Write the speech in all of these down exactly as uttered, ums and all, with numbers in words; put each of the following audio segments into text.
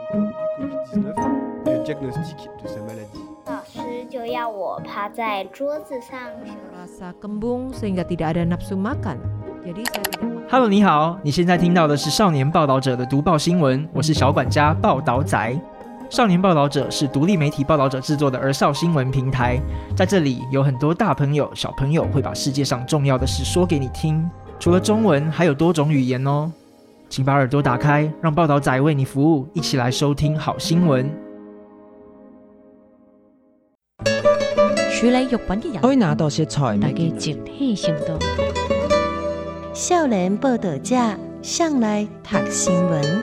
le diagnostic de sa maladie. 老师就要我趴在桌子上。 Rasa kembung sehingga tidak ada nafsu makan. Jadi saya tidak. Hello， 你好，你现在听到的是少年报道者的读报新闻，我是小管家报道仔。少年报道者是独立媒体报道者制作的儿少新闻平台，在这里有很多大朋友、小朋友会把世界上重要的事说给你听，除了中文，还有多种语言哦。请把耳朵打开，让报道仔为你服务，一起来收听好新聞。 處理肉品嘅人， 可以拿到食材， 大家集體行動。 少年報道者上來讀新聞。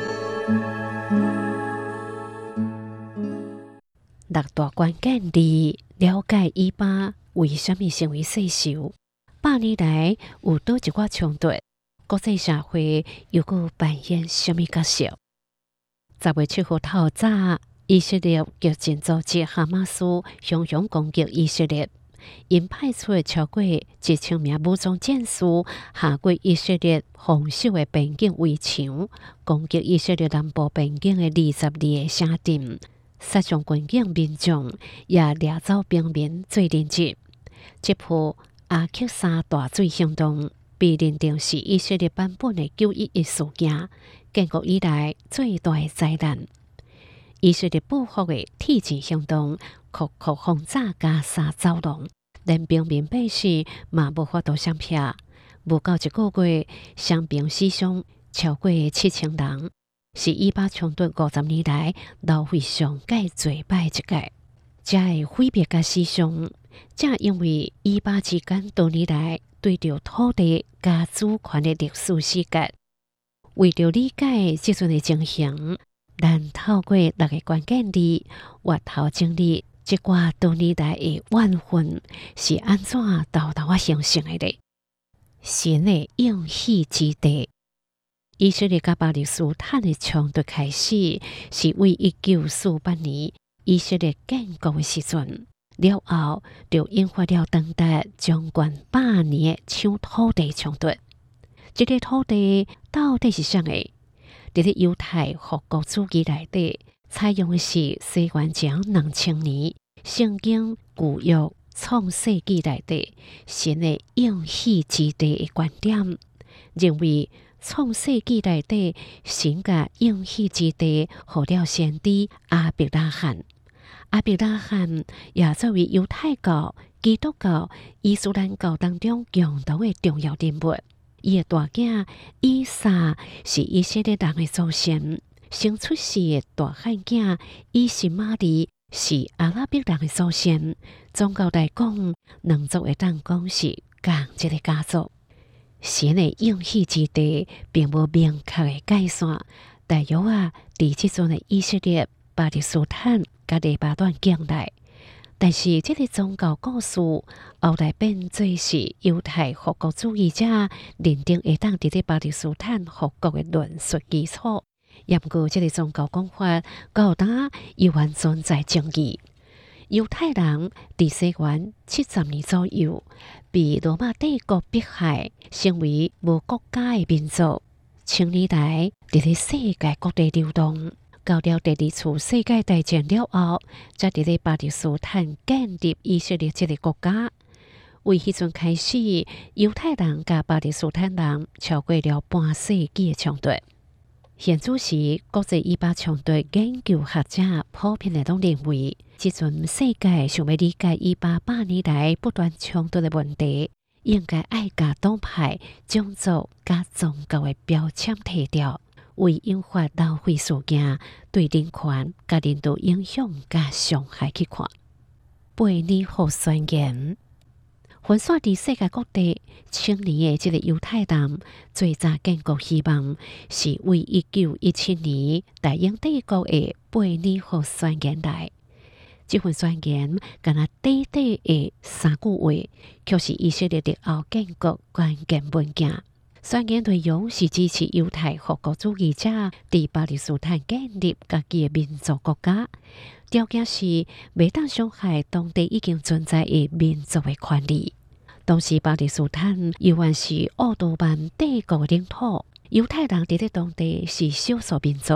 六大關鍵字，了解以巴為什麼成為世仇，百年來有倒一寡衝突，國際社會又佫扮演什麼角色？十月七號透早，以色列極權組織哈馬斯洶湧攻擊以色列，因派出超過一千名武裝戰士下過以色列防守的邊境圍牆，攻擊以色列南部邊境的二十二個城鎮。殺傷軍警民眾，也掠走平民做人質。這波阿克薩大水行動被認定是以色列版本的九一一事件，建國以來最大的災難。以色列報復的鐵證行動，確確轟炸加沙走廊，連平民百姓嘛無法度相避。無到一個月，傷兵死傷超過七千人。是以巴衝突五十年來流血上界最歹一屆，這個毀滅甲死傷，正因為以巴之間多年來對着土地甲主權的歷史事件。為了理解這陣的情形，咱透過六個關鍵字，挖頭整理這寡多年來的怨憤是安怎豆豆啊形成的咧？神的應許之地。以色列甲巴勒斯坦的衝突開始，是為一九四八年以色列建國的時陣，了後就引發了長達將近百年的搶土地衝突。這個土地到底是啥個？佇咧猶太復國主義內底，採用的是西元前兩千年聖經舊約創世記內底神的應許之地的觀點，認為創世記內底神甲應許之地，予了先知亞伯拉罕。亞伯拉罕也作為猶太教、基督教、伊斯蘭教當中共同的重要人物。伊的大囝以撒是以色列人的祖先，生出世的大漢囝以實瑪利是阿拉伯人的祖先。總共來講，兩族會當講是同一個家族。神的應許之地並無明確的界線，大約啊，佇即陣的以色列、巴勒斯坦甲黎巴嫩境內，但是這個宗教故事後來變做是猶太復國主義者認定會當佇咧巴勒斯坦復國的論述基礎。也毋過，這個宗教講法到今依然存在爭議。猶太人佇西元七十年左右，被羅馬帝國迫害，成為無國家的民族。千年來，佇咧世界各地流動，到了第二次世界大戰了後，才佇咧巴勒斯坦建立以色列這個國家。為迄陣開始，猶太人甲巴勒斯坦人超過了半世紀的衝突。現主時，國際以巴衝突研究學者普遍嚟都認為，即陣世界想要理解以巴百年來不斷衝突嘅問題，應該愛甲黨派、種族甲宗教嘅標籤提掉，為引發流血事件對人權甲人道影響甲傷害去看。貝爾福宣言。分散佇世界各地青年的這個猶太人最早建國希望，是為一九一七年大英帝國的貝爾福宣言來。這份宣言敢若短短的三句話，卻是以色列的後建國關鍵文件。宣言內容是支持猶太復國主義者佇巴勒斯坦建立家己的民族國家，條件是袂當傷害當地已經存在的民族的權利。當時巴勒斯坦依然是奧圖曼帝國的領土，猶太人佇咧當地是少數民族，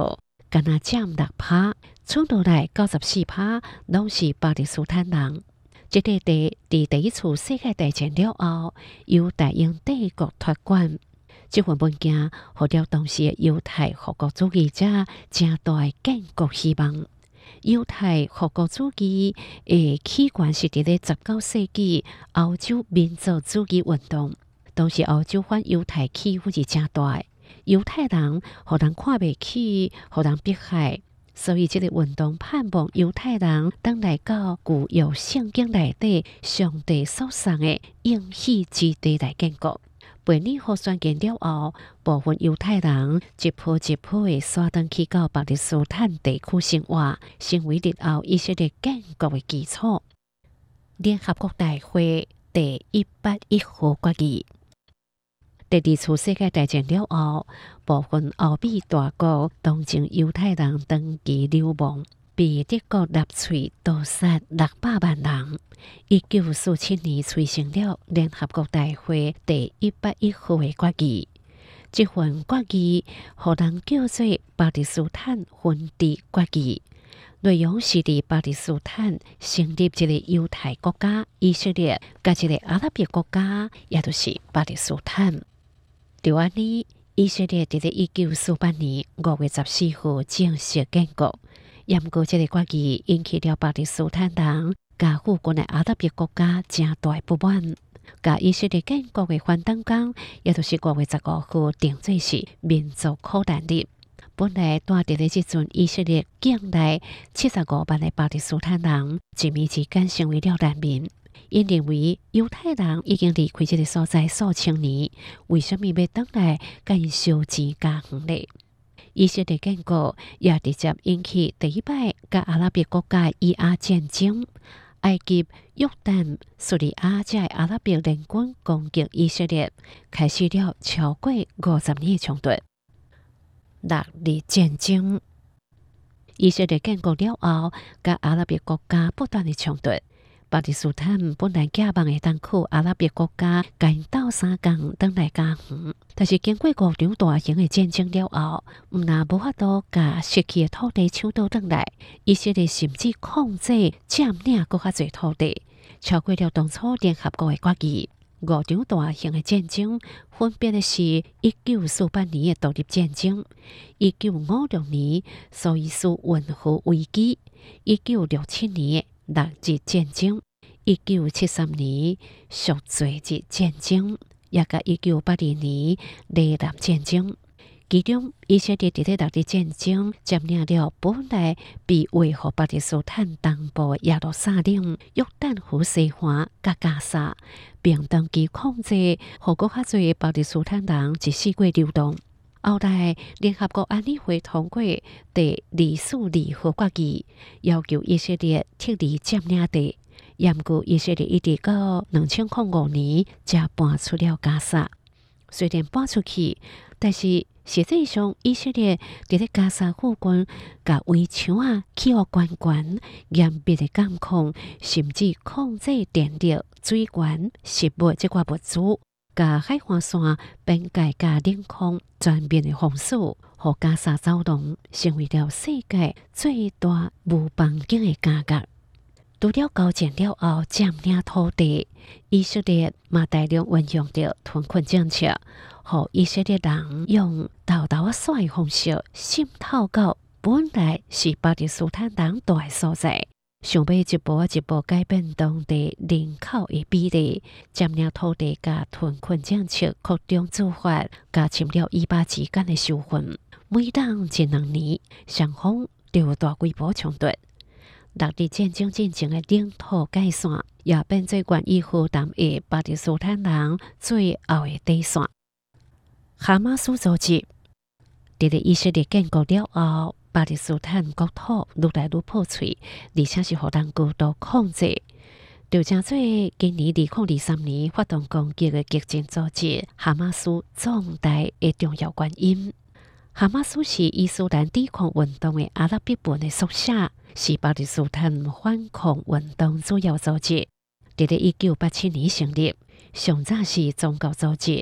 敢若占六趴，剩落来九十四趴拢是巴勒斯坦人。这个地伫第一次世界大战了后，由大英帝国托管。这份文件获了当时的犹太复国主义者正大的建国希望。犹太复国主义的起源是伫咧十九世纪欧洲民族主义运动，当时欧洲反犹太气氛是正大的，犹太人互人看袂起，互人迫害。所以，这个运动盼望犹太人当来到具有圣经内底上帝所送的应许之地来建国。被联合宣言了后，部分犹太人一波一波的刷登去到巴勒斯坦地区生活，成为日后以色列建国的基础。联合国大会第一百一号决议。第二次世界大战了后，部分欧美大国同情犹太人长期流亡，被德国纳粹屠杀六百万人。一九四七年催成了联合国大会第一百一号的决议。这份决议，互人叫做巴勒斯坦分治决议。内容是伫巴勒斯坦成立一个犹太国家以色列，甲一个阿拉伯国家，也就是巴勒斯坦。就安尼，以色列伫咧一九四八年五月十四号正式建国。也毋过，这个决议引起了巴勒斯坦人甲附近的阿拉伯国家正大不满。甲以色列建国的反动工，也就是五月十五号定做是民族苦难日。本来住伫咧即阵以色列境内七十五万的巴勒斯坦人，一暝之间成为了难民。因认为犹太人已经离开这个所在数千年，为什么要倒来甲因烧钱加远呢？以色列建国也直接引起第一摆甲阿拉伯国家以阿战争。埃及、约旦、叙利亚这阿拉伯联军攻击以色列，开始了超过五十年的冲突。六日战争，以色列建国了后，甲阿拉伯国家不断的冲突。巴勒斯坦本来寄望会当去阿拉伯国家，甲因斗相共，倒来家园。但是经过五场大型的战争了后，毋但无法度甲失去的土地抢倒转来，以色列甚至控制占领更较侪土地，超过了当初联合国的决议。五场大型的战争分别的是一九四八年的独立战争、一九五六年苏伊士运河危机、一九六七年六日战争、一九七三年赎罪日战争，也甲一九八二年雷南战争。其中，以色列伫咧六日战争占领了本来被维护巴勒斯坦东部的耶路撒冷、约旦河西岸甲加沙，并长期控制，互更较侪巴勒斯坦人一世过流动。后来，联合国安理会通过第二十二号决议，要求以色列撤离占领地。也毋过，以色列一直到两千零五年才搬出了加沙。虽然搬出去，但是实际上以色列伫咧加沙附近，甲围墙啊起互悬悬，严密的监控，甚至控制电力、水源、食物这寡物资。甲海岸线、边界甲领空全面的封锁，互加沙走廊成为了世界最大无邦境的家角。除了交战了后占领土地，以色列嘛大量运用着屯垦政策，互以色列人用豆豆啊甩的方式渗透到本来是巴勒斯坦人住的所在。想要一步一步改变当地人口的比例，占领土地甲屯垦政策扩张做法，加深了以巴之间的仇恨。每当一两年，双方就有大规模冲突。六日战争进程的领土界线，也变做愿意负担的巴勒斯坦人最后的底线。哈马斯组织伫咧以色列建国了后，巴勒斯坦国土愈来愈破碎，而且是互人高度控制。就正做今年二零二三年发动攻击的激进组织哈马斯壮大的重要原因。哈马斯是伊斯兰抵抗运动的阿拉伯文的缩写，是巴勒斯坦反抗运动主要组织。伫咧一九八七年成立，上早是宗教组织，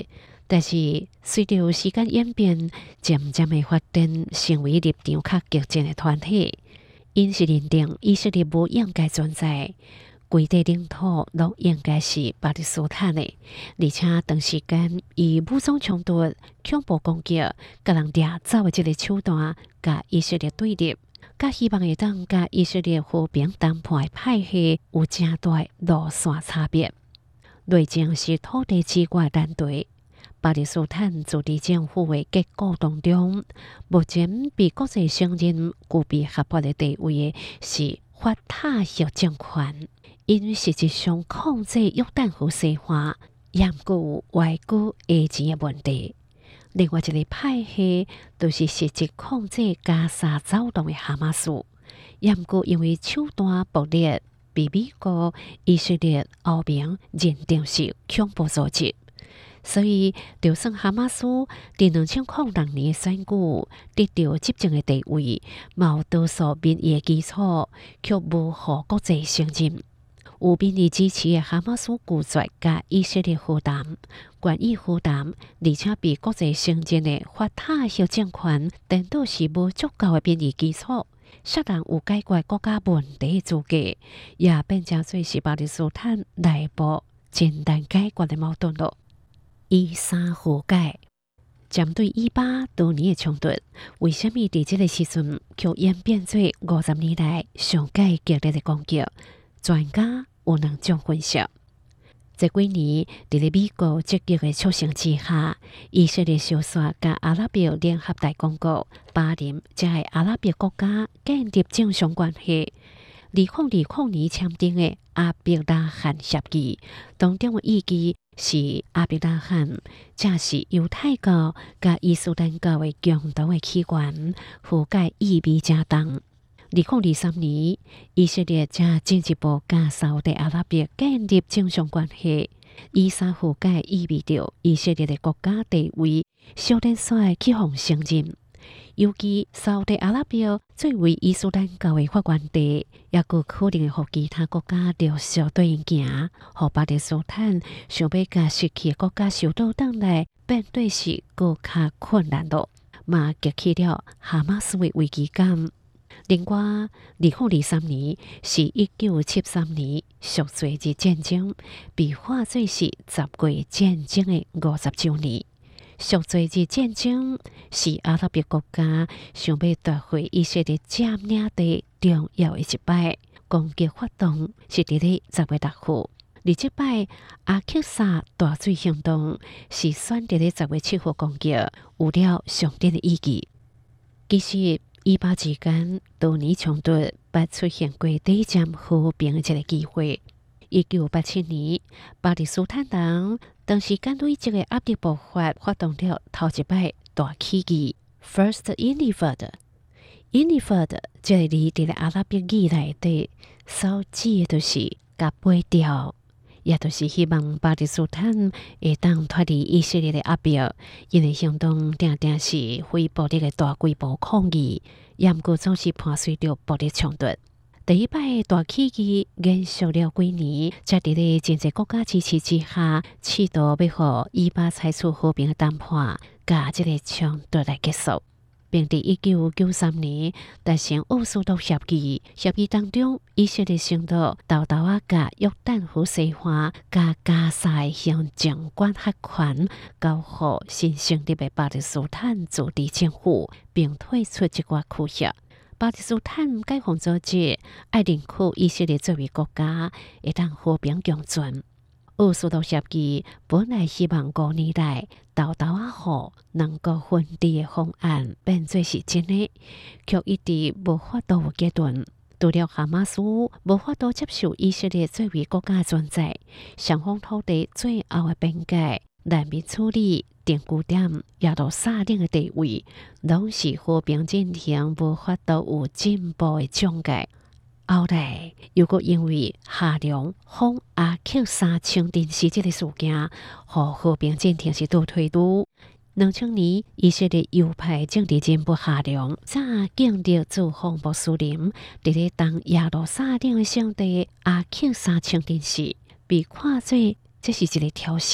但是随着时间演变，渐渐的发展成为立场较激进的团体。因是认定以色列无应该存在，规地领土都应该是巴勒斯坦的，而且长时间以武装冲突、恐怖攻击、甲人掠走的这个手段，甲以色列对立，甲希望会当甲以色列和平谈判的派系有正大的路线差别。内政是土地之外难题。巴勒斯坦自治政府的结构当中，目前被国际承认具备合法的地位的是法塔赫政权，因实际上控制约旦河西岸，也毋过有外居下钱的问题。另外一个派系就是实际控制加沙走动的哈马斯，也毋过因为手段暴力，被美国、以色列、欧盟认定是恐怖组织。所以，就算哈马斯伫两千零六年的选举得到执政的地位，嘛有多数民意的基础，却无获国际承认。有民意支持的哈马斯拒绝甲以色列和谈，愿意和谈，而且被国际承认的法塔赫政权，等到是无足够的民意基础，适当有解决国家问题的资格，也变成做是巴勒斯坦内部简单解决的矛盾了。以沙和解，针对以巴多年的冲突，为什么伫这个时阵却演变做五十年来上界激烈的攻击？专家有两种分析。这几年，伫咧美国积极的促成之下，以色列小说甲阿拉伯联合大公国巴林才系阿拉伯国家建立正常关系。二零二零年签订的阿伯拉罕协议当中的意义是，阿伯拉罕正是犹太教甲伊斯兰教的共同的起源，覆盖意味正重。二零二三年，以色列才进一步甲沙特阿拉伯建立正常关系。以沙覆盖意味着以色列的国家地位小点衰去互承认。尤其沙特阿拉伯作为伊斯兰教的发源地，也有可能互其他国家陆续对应行，互巴勒斯坦想要甲失去的国家首都倒来，变对是更较困难了，嘛激起了哈马斯的危机感。另外，二零二三年是一九七三年赎罪日战争被划做是十月战争的五十周年。赎罪日战争是阿拉伯国家想要夺回以色列占领地重要的一摆攻击活动，是伫咧十月六号。而即摆阿克萨大水行动是选伫咧十月七号攻击，有了上典的意义。其实，以巴之间多年冲突，捌出现过短暂和平的一个机会。一九八七年，巴勒斯坦人当时间对这个压力爆发，发动了头一摆大起义 （First Intifada）。Intifada 这个字伫咧阿拉伯语内底，所指的就是甲背调，也就是希望巴勒斯坦会当脱离以色列的压迫。因为行动定定是非暴力的大规模抗议，也毋过总是伴随着暴力冲突。第一摆大起义延续了几年，才伫咧真济国家支持之下，试图要互以巴采取和平的谈判，甲即个冲突来结束。并伫一九九三年达成奥斯陆协议，协议当中，以色列承诺豆豆啊甲约旦河西岸甲加沙的行政管辖权交予新成立的巴勒斯坦自治政府，并退出一寡区域。巴勒斯坦解放组织爱认可以色列作为国家，会当和平共存。奥斯陆协议本来希望五年来豆豆啊河能够分离的方案变做是真的，却一直无法度有阶段。除了哈马斯无法度接受以色列作为国家存在，双方土地最后的边界、难民处理、定居点、也都沙定的地位，拢是和平进行无法度有进步的障碍。后来又搁因为夏良访阿克萨清真寺这个事件，和和平进程是倒退路。两千年，以色列右派政治人物夏良早建立驻访穆斯林，伫咧当耶路撒冷的圣地阿克萨清真寺，被看做这是一个挑衅。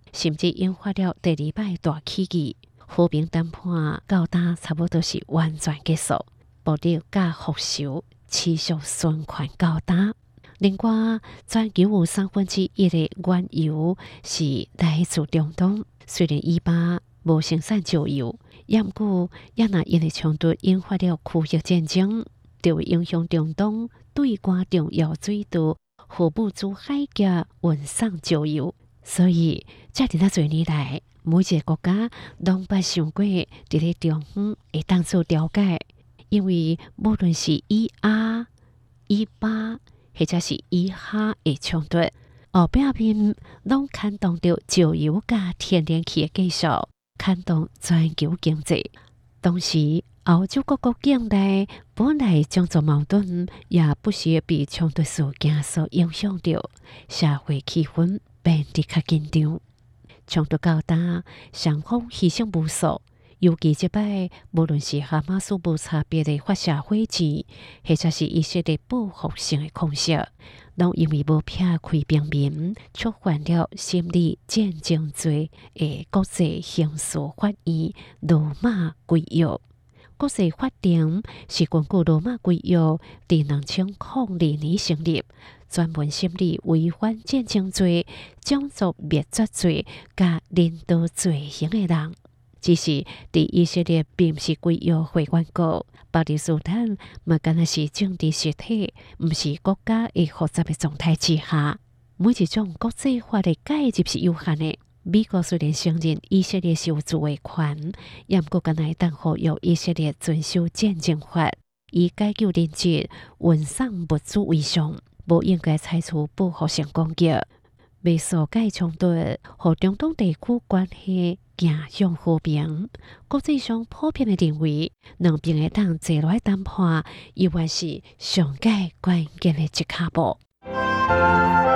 甚至引发了第二摆大起义。和平谈判到达差不多是完全结束，暴力甲复仇持续循环到达。另外，全球有三分之一的原油是来自中东。虽然以巴无生产石油，也毋过也若因为冲突引发了区域战争，就会影响中东对岸重要水道荷布兹海峡运送石油。所以，这二十多年来，每一个国家拢捌想过伫咧中方会当做了解，因为无论是以阿、以巴，或者是以哈的冲突，后壁面拢牵动着石油甲天然气的技术，牵动全球经济。同时，欧洲各国境内本来种族矛盾，也不时被冲突事件所影响着，社会气氛变得较紧张。冲突较大，双方牺牲无数。尤其这摆，无论是哈马斯无差别的发射火箭，或者是以色列报复性的空袭，拢因为无撇开平民，触犯了心理战争罪的国际刑事法院罗马规约。国际法庭是根据罗马规约伫两千零二年成立，专门审理违反战争罪、种族灭绝罪甲人道罪行的人。只是伫以色列并不是规约会员国，巴勒斯坦嘛敢若是政治实体，毋是国家的复杂的状态之下，每一种国际法的介入是有限的。美国虽然承认以色列是有自卫权，也毋过敢若会当呼吁以色列遵守战争法，以解救人质、运送物资为上，无应该采取报复性攻击。未所解冲突，和中东地区关系行向和平。国际上普遍的认为，两边会当坐落来谈判，依然是上界关键的一卡步。